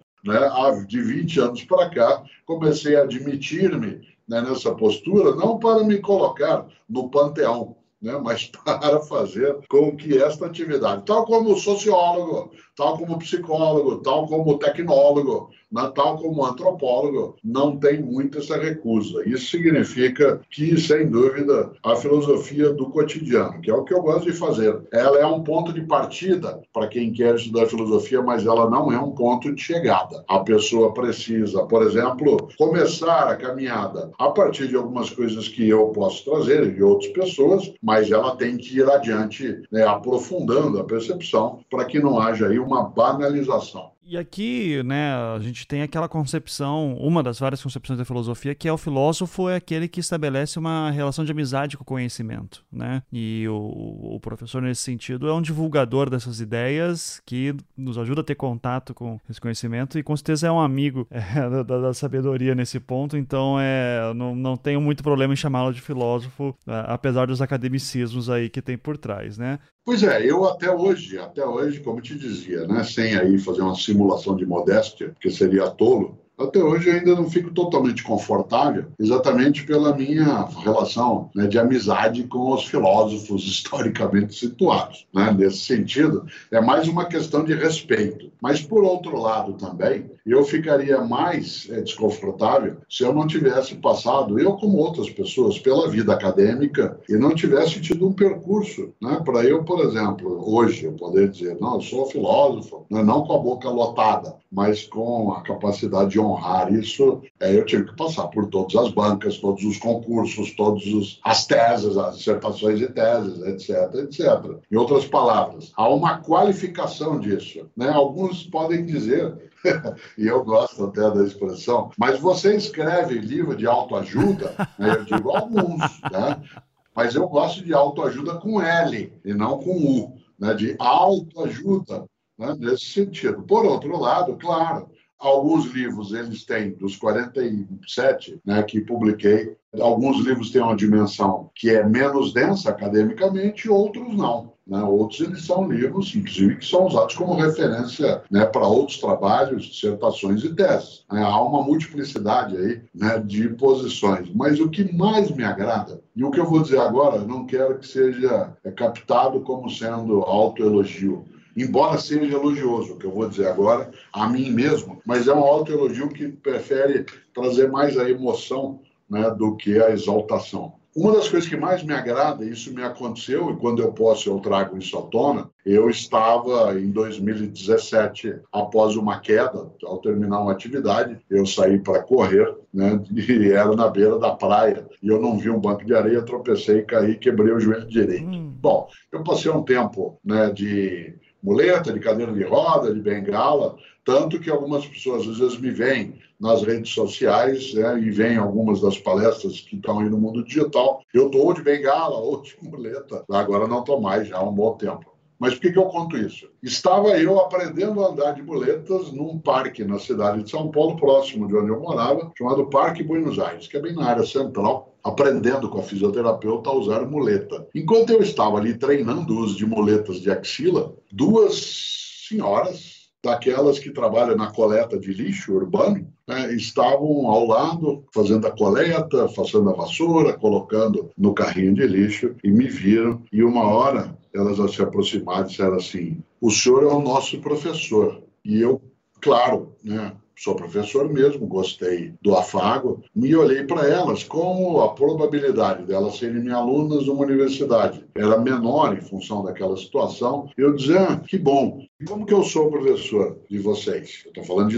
Speaker 2: de 20 anos para cá, comecei a admitir-me nessa postura, não para me colocar no panteão, mas para fazer com que esta atividade, tal como sociólogo, tal como psicólogo, tal como tecnólogo, tal como antropólogo, não tem muito essa recusa. Isso significa que, sem dúvida, a filosofia do cotidiano, que é o que eu gosto de fazer, ela é um ponto de partida para quem quer estudar filosofia, mas ela não é um ponto de chegada. A pessoa precisa, por exemplo, começar a caminhada a partir de algumas coisas que eu posso trazer e de outras pessoas, mas ela tem que ir adiante, né, aprofundando a percepção para que não haja aí uma banalização.
Speaker 3: E aqui, né, a gente tem aquela concepção, uma das várias concepções da filosofia, que é o filósofo é aquele que estabelece uma relação de amizade com o conhecimento, né? E o professor, nesse sentido, é um divulgador dessas ideias que nos ajuda a ter contato com esse conhecimento e, com certeza, é um amigo da sabedoria nesse ponto. Então, não tenho muito problema em chamá-lo de filósofo, apesar dos academicismos aí que tem por trás, né?
Speaker 2: Pois é, eu até hoje, como te dizia, né, sem aí fazer uma simulação de modéstia, porque seria tolo, até hoje eu ainda não fico totalmente confortável, exatamente pela minha relação, né, de amizade com os filósofos historicamente situados, né? Nesse sentido, é mais uma questão de respeito. Mas, por outro lado também, eu ficaria mais desconfortável se eu não tivesse passado, eu como outras pessoas, pela vida acadêmica e não tivesse tido um percurso, né, para eu, por exemplo, hoje eu poder dizer, não, eu sou filósofo, né, não com a boca lotada, mas com a capacidade de honrar isso, eu tive que passar por todas as bancas, todos os concursos, as teses, as dissertações de teses, etc, etc. Em outras palavras, há uma qualificação disso, né? Alguns podem dizer, e eu gosto até da expressão, mas você escreve livro de autoajuda? Né? Eu digo alguns, né? Mas eu gosto de autoajuda com L e não com U, né? De autoajuda, né? Nesse sentido. Por outro lado, claro, alguns livros, eles têm, dos 47, né, que publiquei, alguns livros têm uma dimensão que é menos densa academicamente, outros não. Né? Outros, eles são livros, inclusive, que são usados como referência, né, para outros trabalhos, dissertações e teses. Há uma multiplicidade aí, né, de posições. Mas o que mais me agrada, e o que eu vou dizer agora, não quero que seja captado como sendo autoelogio, embora seja elogioso, o que eu vou dizer agora, a mim mesmo, mas é um autoelogio que prefere trazer mais a emoção, né, do que a exaltação. Uma das coisas que mais me agrada, isso me aconteceu, e quando eu posso eu trago isso à tona, eu estava em 2017, após uma queda, ao terminar uma atividade, eu saí para correr, né, e era na beira da praia, e eu não vi um banco de areia, tropecei, caí e quebrei o joelho direito. Bom, eu passei um tempo, né, de muleta, de cadeira de roda, de bengala, tanto que algumas pessoas às vezes me veem nas redes sociais, né, e veem algumas das palestras que estão aí no mundo digital. Eu estou ou de bengala ou de muleta. Agora não estou mais, já há um bom tempo. Mas por que eu conto isso? Estava eu aprendendo a andar de muletas num parque na cidade de São Paulo, próximo de onde eu morava, chamado Parque Buenos Aires, que é bem na área central, aprendendo com a fisioterapeuta a usar muleta. Enquanto eu estava ali treinando o uso de muletas de axila, duas senhoras, daquelas que trabalham na coleta de lixo urbano, né, estavam ao lado, fazendo a coleta, fazendo a vassoura, colocando no carrinho de lixo, e me viram. E uma hora, elas se aproximaram e disseram assim, o senhor é o nosso professor. E eu, claro, né, sou professor mesmo, gostei do afago, e olhei para elas como a probabilidade delas serem minhas alunas numa universidade era menor em função daquela situação. Eu dizia, que bom. E como que eu sou professor de vocês? Eu estou falando de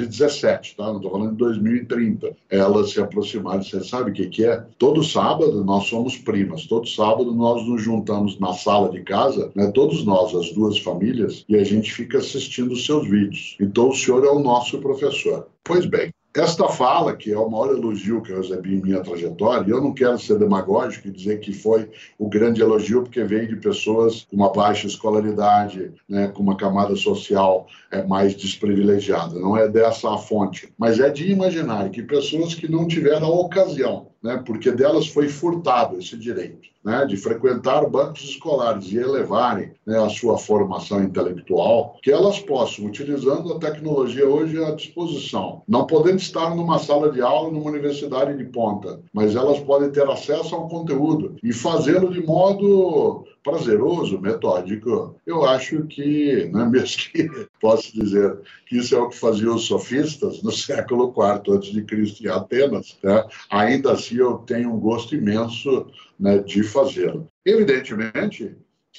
Speaker 2: 2017, tá? Não estou falando de 2030. Elas se aproximaram e disseram, sabe o que é? Todo sábado nós somos primas, todo sábado nós nos juntamos na sala de casa, né, todos nós, as duas famílias, e a gente fica assistindo os seus vídeos. Então o senhor é o nosso professor. Pois bem, esta fala, que é o maior elogio que eu recebi em minha trajetória, e eu não quero ser demagógico e dizer que foi o grande elogio, porque veio de pessoas com uma baixa escolaridade, né, com uma camada social mais desprivilegiada. Não é dessa a fonte, mas é de imaginar que pessoas que não tiveram a ocasião, né, porque delas foi furtado esse direito, né, de frequentar bancos escolares e elevarem, né, a sua formação intelectual, que elas possam, utilizando a tecnologia hoje à disposição, não podendo estar numa sala de aula, numa universidade de ponta, mas elas podem ter acesso ao conteúdo e fazê-lo de modo prazeroso, metódico. Eu acho que, não é mesmo que posso dizer que isso é o que faziam os sofistas no século IV a.C. em Atenas, né? Ainda assim eu tenho um gosto imenso, né, de fazê-lo. Evidentemente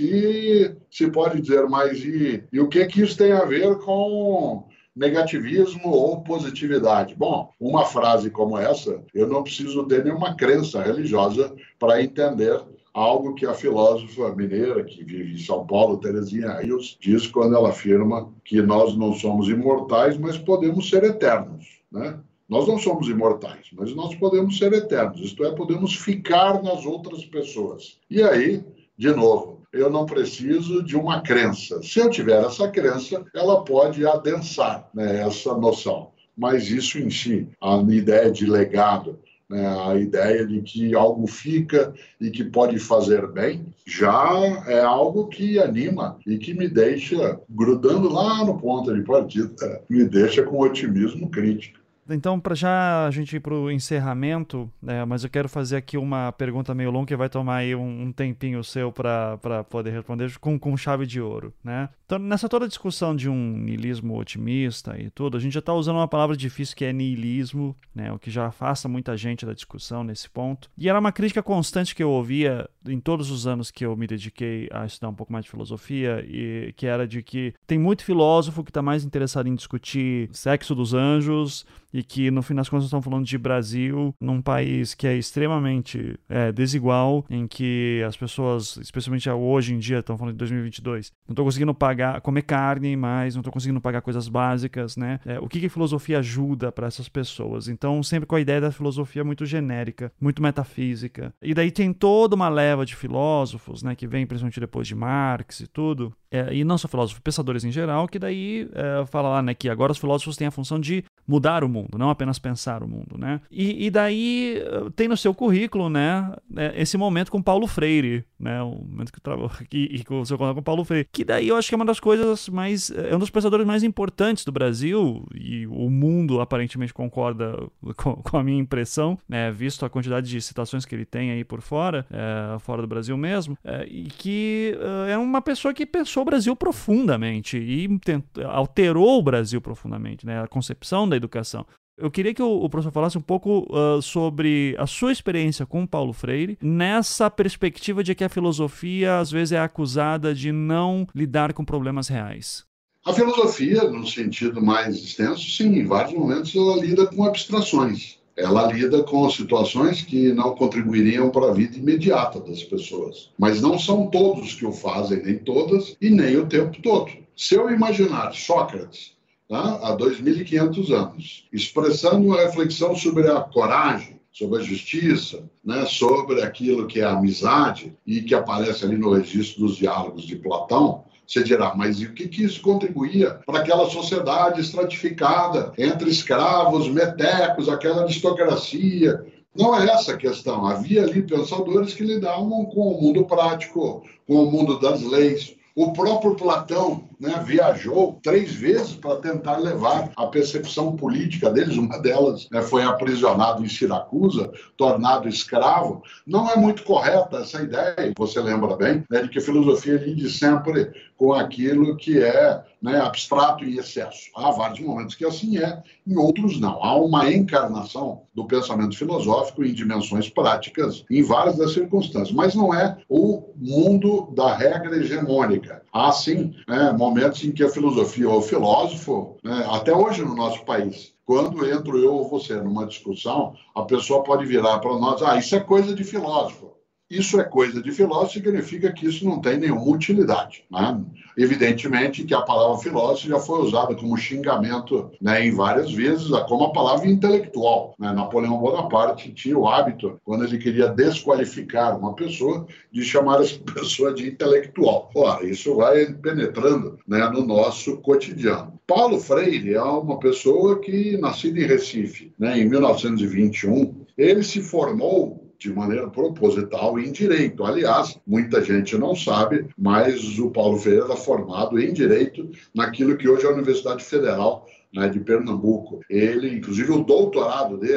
Speaker 2: que se pode dizer, mas e o que isso tem a ver com negativismo ou positividade? Bom, uma frase como essa, eu não preciso ter nenhuma crença religiosa para entender algo que a filósofa mineira, que vive em São Paulo, Terezinha Rios, diz quando ela afirma que nós não somos imortais, mas podemos ser eternos, né? Nós não somos imortais, mas nós podemos ser eternos, isto é, podemos ficar nas outras pessoas. E aí, de novo, eu não preciso de uma crença. Se eu tiver essa crença, ela pode adensar, né, essa noção. Mas isso em si, a ideia de legado, né, a ideia de que algo fica e que pode fazer bem, já é algo que anima e que me deixa grudando lá no ponto de partida, me deixa com otimismo crítico.
Speaker 3: Então, para já a gente ir para o encerramento, mas eu quero fazer aqui uma pergunta meio longa que vai tomar aí um tempinho seu para poder responder com chave de ouro, né? Então, nessa toda discussão de um niilismo otimista e tudo, a gente já está usando uma palavra difícil que é niilismo, né? O que já afasta muita gente da discussão nesse ponto. E era uma crítica constante que eu ouvia em todos os anos que eu me dediquei a estudar um pouco mais de filosofia, e que era de que tem muito filósofo que está mais interessado em discutir sexo dos anjos, e que no fim das contas nós estamos falando de Brasil, num país que é extremamente desigual, em que as pessoas, especialmente hoje em dia, estão falando de 2022, não estão conseguindo comer carne mais, não estão conseguindo pagar coisas básicas, né? O que a filosofia ajuda para essas pessoas? Então, sempre com a ideia da filosofia muito genérica, muito metafísica. E daí tem toda uma leva de filósofos, né, que vem principalmente depois de Marx e tudo, e não só filósofos, pensadores em geral, que daí fala lá, né, que agora os filósofos têm a função de mudar o mundo, não apenas pensar o mundo, né? E daí tem no seu currículo, né, esse momento com Paulo Freire, né, o momento que o seu contato com Paulo Freire, que daí eu acho que é uma das coisas mais, é um dos pensadores mais importantes do Brasil, e o mundo aparentemente concorda com a minha impressão, né, visto a quantidade de citações que ele tem aí por fora, fora do Brasil mesmo, e que é uma pessoa que pensou o Brasil profundamente e alterou o Brasil profundamente, né, a concepção da educação. Eu queria que o professor falasse um pouco sobre a sua experiência com Paulo Freire, nessa perspectiva de que a filosofia às vezes é acusada de não lidar com problemas reais.
Speaker 2: A filosofia, no sentido mais extenso, sim, em vários momentos ela lida com abstrações. Ela lida com situações que não contribuiriam para a vida imediata das pessoas. Mas não são todos que o fazem, nem todas, e nem o tempo todo. Se eu imaginar Sócrates, há 2.500 anos, expressando uma reflexão sobre a coragem, sobre a justiça, né, sobre aquilo que é a amizade, e que aparece ali no registro dos diálogos de Platão, você dirá, mas e o que isso contribuía para aquela sociedade estratificada entre escravos, metecos, aquela aristocracia? Não é essa a questão. Havia ali pensadores que lidavam com o mundo prático, com o mundo das leis. O próprio Platão, né, viajou 3 vezes para tentar levar a percepção política deles. Uma delas, né, foi aprisionado em Siracusa, tornado escravo. Não é muito correta essa ideia, você lembra bem, né, de que a filosofia lide sempre com aquilo que é, né, abstrato e excesso. Há vários momentos que assim é, em outros não. Há uma encarnação do pensamento filosófico em dimensões práticas em várias das circunstâncias, mas não é o mundo da regra hegemônica. Há, sim, né, momentos em que a filosofia ou o filósofo, né, até hoje no nosso país, quando entro eu ou você numa discussão, a pessoa pode virar para nós, isso é coisa de filósofo. Isso é coisa de filósofo, significa que isso não tem nenhuma utilidade, né? Evidentemente que a palavra filósofo já foi usada como xingamento, né, em várias vezes, como a palavra intelectual, né? Napoleão Bonaparte tinha o hábito, quando ele queria desqualificar uma pessoa, de chamar essa pessoa de intelectual. Ora, isso vai penetrando, né, no nosso cotidiano. Paulo Freire é uma pessoa que, nascida em Recife, né, em 1921, ele se formou de maneira proposital em Direito. Aliás, muita gente não sabe, mas o Paulo Freire era formado em Direito naquilo que hoje é a Universidade Federal, né, de Pernambuco. Ele, inclusive, o doutorado dele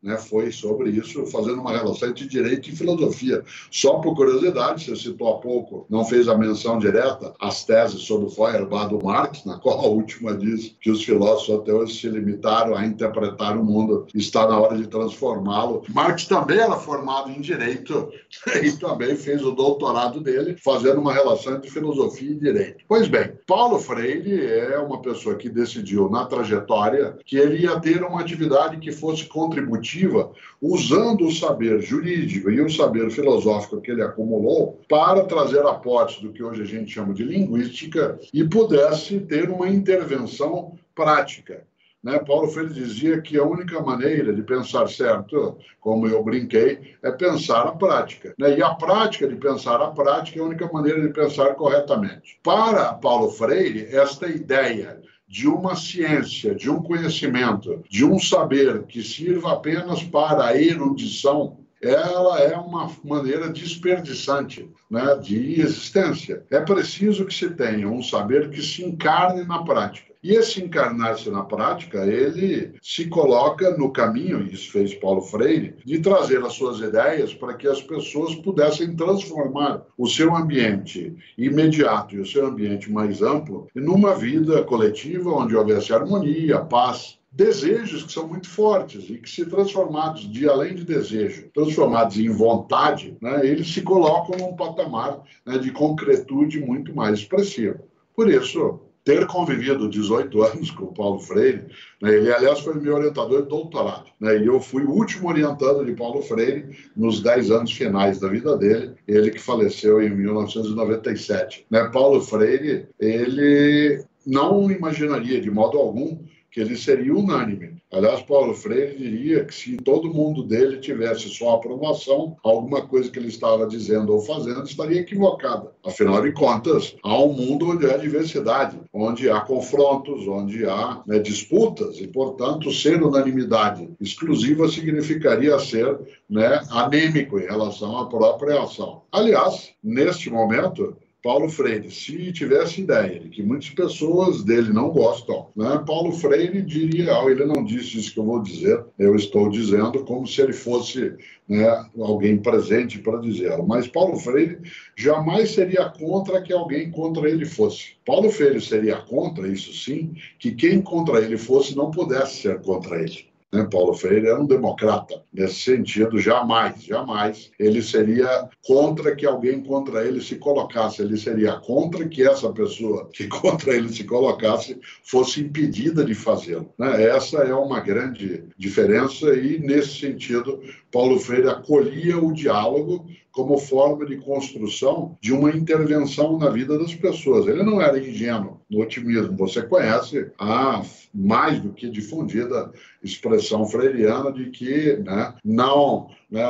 Speaker 2: né, foi sobre isso, fazendo uma relação entre direito e filosofia. Só por curiosidade, você citou há pouco, não fez a menção direta às teses sobre o Feuerbach do Marx, na qual a última diz que os filósofos até hoje se limitaram a interpretar o mundo, está na hora de transformá-lo. Marx também era formado em direito e também fez o doutorado dele fazendo uma relação entre filosofia e direito. Pois bem, Paulo Freire é uma pessoa que decidiu na trajetória que ele ia ter uma atividade que fosse contributiva, usando o saber jurídico e o saber filosófico que ele acumulou para trazer aportes do que hoje a gente chama de linguística e pudesse ter uma intervenção prática. Né? Paulo Freire dizia que a única maneira de pensar certo, como eu brinquei, é pensar a prática. Né? E a prática de pensar a prática é a única maneira de pensar corretamente. Para Paulo Freire, esta ideia de uma ciência, de um conhecimento, de um saber que sirva apenas para a erudição, ela é uma maneira desperdiçante, né, de existência. É preciso que se tenha um saber que se encarne na prática. E esse encarnar-se na prática, ele se coloca no caminho, e isso fez Paulo Freire, de trazer as suas ideias para que as pessoas pudessem transformar o seu ambiente imediato e o seu ambiente mais amplo numa vida coletiva onde houvesse harmonia, paz, desejos que são muito fortes e que, se transformados de além de desejo, transformados em vontade, né, eles se colocam num patamar, né, de concretude muito mais expressivo. Por isso, ter convivido 18 anos com o Paulo Freire, né, ele, aliás, foi meu orientador de doutorado, né, e eu fui o último orientando de Paulo Freire nos 10 anos finais da vida dele, ele que faleceu em 1997. Né, Paulo Freire, ele não imaginaria de modo algum que ele seria unânime. Aliás, Paulo Freire diria que se todo mundo dele tivesse só aprovação, alguma coisa que ele estava dizendo ou fazendo estaria equivocada. Afinal de contas, há um mundo onde há diversidade, onde há confrontos, onde há, né, disputas, e, portanto, ser unanimidade exclusiva significaria ser, né, anêmico em relação à própria ação. Aliás, neste momento, Paulo Freire, se tivesse ideia de que muitas pessoas dele não gostam, né, Paulo Freire diria, ele não disse isso que eu vou dizer, eu estou dizendo como se ele fosse, né, alguém presente para dizê-lo, mas Paulo Freire jamais seria contra que alguém contra ele fosse. Paulo Freire seria contra, isso sim, que quem contra ele fosse não pudesse ser contra ele. Paulo Freire era um democrata. Nesse sentido, jamais ele seria contra que alguém contra ele se colocasse. Ele seria contra que essa pessoa que contra ele se colocasse fosse impedida de fazê-lo. Essa é uma grande diferença e, nesse sentido, Paulo Freire acolhia o diálogo como forma de construção de uma intervenção na vida das pessoas. Ele não era ingênuo no otimismo. Você conhece a mais do que difundida expressão freiriana de que, não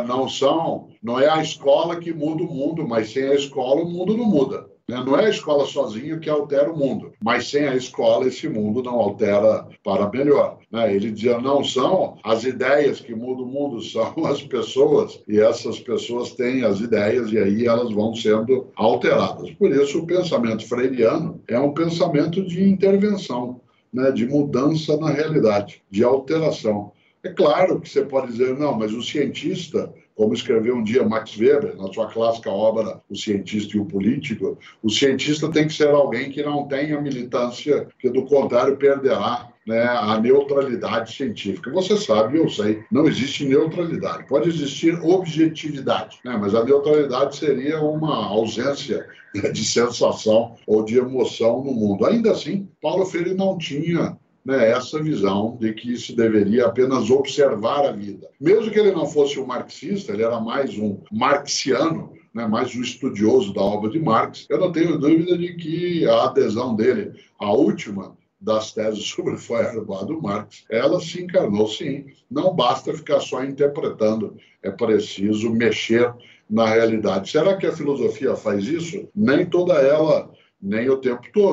Speaker 2: é a escola que muda o mundo, mas sem a escola o mundo não muda. Não é a escola sozinha que altera o mundo, mas sem a escola esse mundo não altera para melhor. Ele dizia, não são as ideias que mudam o mundo, são as pessoas, e essas pessoas têm as ideias e aí elas vão sendo alteradas. Por isso o pensamento freiriano é um pensamento de intervenção, de mudança na realidade, de alteração. É claro que você pode dizer, não, mas o cientista, como escreveu um dia Max Weber, na sua clássica obra O Cientista e o Político, o cientista tem que ser alguém que não tenha militância, que do contrário perderá, a neutralidade científica. Você sabe, eu sei, não existe neutralidade. Pode existir objetividade, mas a neutralidade seria uma ausência de sensação ou de emoção no mundo. Ainda assim, Paulo Freire não tinha essa visão de que se deveria apenas observar a vida. Mesmo que ele não fosse um marxista, ele era mais um marxiano, mais um estudioso da obra de Marx, eu não tenho dúvida de que a adesão dele, a última das teses sobre Feuerbach do Marx, ela se encarnou sim. Não basta ficar só interpretando, é preciso mexer na realidade. Será que a filosofia faz isso? Nem toda ela, nem o tempo todo.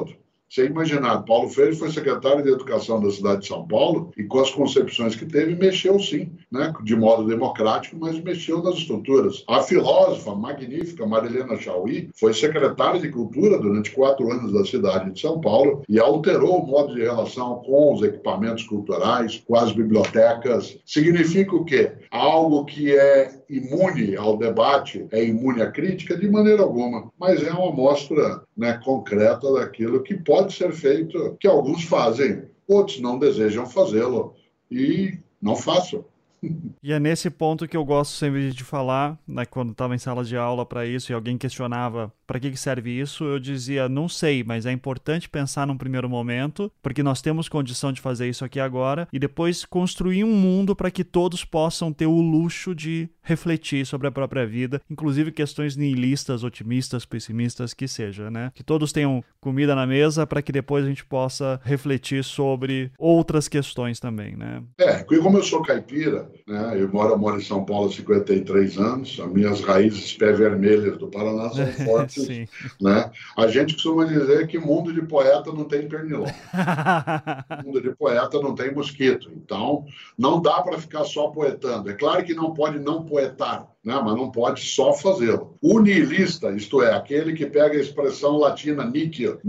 Speaker 2: Você imaginar, Paulo Freire foi secretário de Educação da cidade de São Paulo e com as concepções que teve, mexeu sim, né? De modo democrático, mas mexeu nas estruturas. A filósofa magnífica Marilena Chaui foi secretária de Cultura durante 4 anos da cidade de São Paulo e alterou o modo de relação com os equipamentos culturais, com as bibliotecas. Significa o quê? Algo que é imune ao debate, é imune à crítica? De maneira alguma, mas é uma amostra, né, concreta daquilo que pode ser feito, que alguns fazem, outros não desejam fazê-lo e não façam.
Speaker 3: E é nesse ponto que eu gosto sempre de falar, né, quando estava em sala de aula para isso e alguém questionava para que serve isso, eu dizia, não sei, mas é importante pensar num primeiro momento, porque nós temos condição de fazer isso aqui agora, e depois construir um mundo para que todos possam ter o luxo de refletir sobre a própria vida, inclusive questões nihilistas, otimistas, pessimistas, que seja, né? Que todos tenham comida na mesa para que depois a gente possa refletir sobre outras questões também, né?
Speaker 2: Porque como eu sou caipira, né, eu moro em São Paulo há 53 anos, as minhas raízes pé vermelhas do Paraná são fortes, né? A gente costuma dizer que mundo de poeta não tem pernilongo, mundo de poeta não tem mosquito, então não dá para ficar só poetando. É claro que não pode não poetar, né? Mas não pode só fazê-lo. O nihilista, isto é, aquele que pega a expressão latina nihil,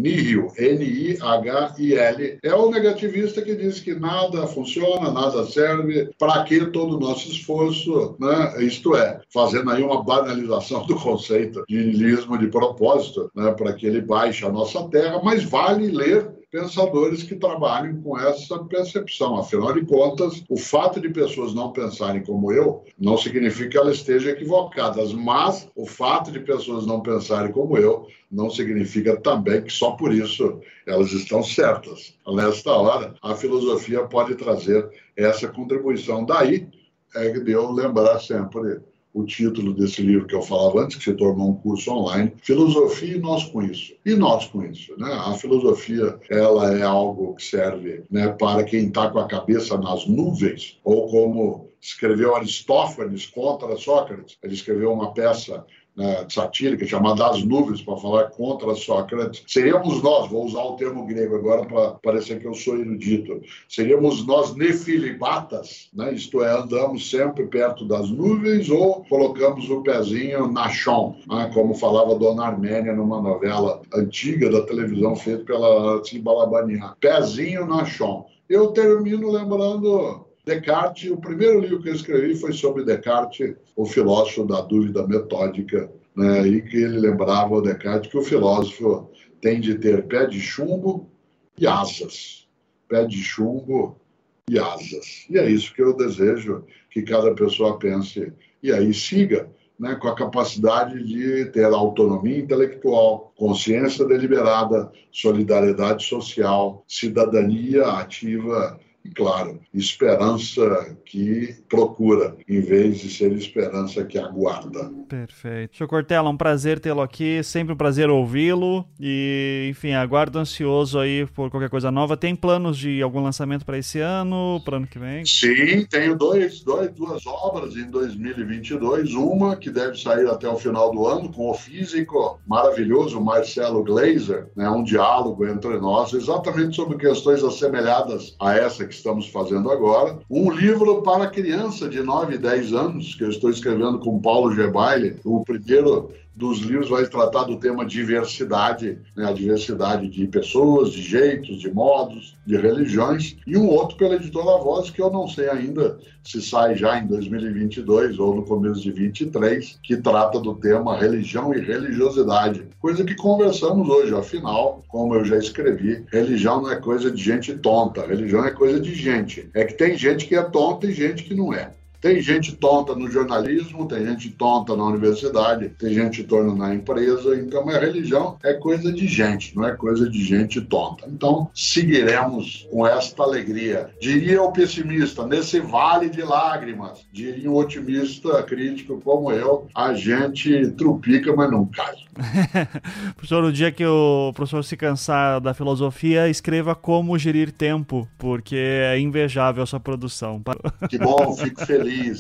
Speaker 2: N-I-H-I-L, é o negativista que diz que nada funciona, nada serve, para que todo o nosso esforço, né? Isto é, fazendo aí uma banalização do conceito de nihilismo de propósito, né? Para que ele baixe a nossa terra, mas vale ler pensadores que trabalhem com essa percepção. Afinal de contas, o fato de pessoas não pensarem como eu não significa que elas estejam equivocadas, mas o fato de pessoas não pensarem como eu não significa também que só por isso elas estão certas. Nesta hora, a filosofia pode trazer essa contribuição. Daí é de eu lembrar sempre o título desse livro que eu falava antes, que se tornou um curso online, Filosofia e Nós com Isso. E nós com isso, né? A filosofia, ela é algo que serve, né, para quem está com a cabeça nas nuvens, ou como escreveu Aristófanes contra Sócrates. Ele escreveu uma peça, né, satírica chamada As Nuvens, para falar contra Sócrates. Seríamos nós, vou usar o termo grego agora para parecer que eu sou erudito, seríamos nós nefilibatas, né? Isto é, andamos sempre perto das nuvens ou colocamos o pezinho na chão, né? Como falava Dona Arménia numa novela antiga da televisão feita pela Araceli Balabanian. Pezinho na chão. Eu termino lembrando Descartes. O primeiro livro que eu escrevi foi sobre Descartes, o filósofo da dúvida metódica, né? E que ele lembrava o Descartes que o filósofo tem de ter pé de chumbo e asas. Pé de chumbo e asas. E é isso que eu desejo que cada pessoa pense. E aí siga, né, com a capacidade de ter autonomia intelectual, consciência deliberada, solidariedade social, cidadania ativa e, claro, esperança que procura, em vez de ser esperança que aguarda.
Speaker 3: Perfeito. Sr. Cortella, um prazer tê-lo aqui, sempre um prazer ouvi-lo e, enfim, aguardo ansioso aí por qualquer coisa nova. Tem planos de algum lançamento para esse ano, para o ano que vem?
Speaker 2: Sim, tenho duas obras em 2022, uma que deve sair até o final do ano, com o físico maravilhoso Marcelo Gleiser, né, um diálogo entre nós, exatamente sobre questões assemelhadas a essa que estamos fazendo agora. Um livro para criança de 9 e 10 anos, que eu estou escrevendo com Paulo Gebaile. O primeiro dos livros vai tratar do tema diversidade, né? A diversidade de pessoas, de jeitos, de modos, de religiões. E um outro pela editora Voz, que eu não sei ainda se sai já em 2022 ou no começo de 2023, que trata do tema religião e religiosidade. Coisa que conversamos hoje. Afinal, como eu já escrevi, religião não é coisa de gente tonta, religião é coisa de gente. É que tem gente que é tonta e gente que não é. Tem gente tonta no jornalismo, tem gente tonta na universidade, tem gente tonta na empresa. Então, a religião é coisa de gente, não é coisa de gente tonta. Então, seguiremos com esta alegria. Diria o pessimista, nesse vale de lágrimas. Diria um otimista crítico como eu, a gente trupica, mas não cai.
Speaker 3: Professor, no dia que o professor se cansar da filosofia, escreva Como Gerir Tempo, porque é invejável a sua produção.
Speaker 2: Que bom, fico feliz.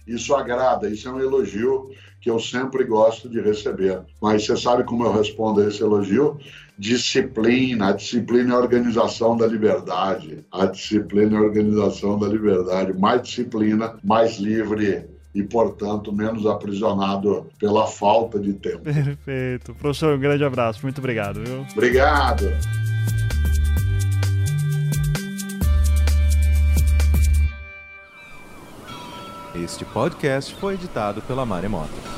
Speaker 2: isso agrada, isso é um elogio que eu sempre gosto de receber. Mas você sabe como eu respondo a esse elogio? Disciplina. A disciplina é a organização da liberdade. A disciplina é a organização da liberdade. Mais disciplina, mais livre e, portanto, menos aprisionado pela falta de tempo.
Speaker 3: Perfeito. Professor, um grande abraço. Muito obrigado, viu?
Speaker 2: Obrigado.
Speaker 4: Este podcast foi editado pela Maremoto.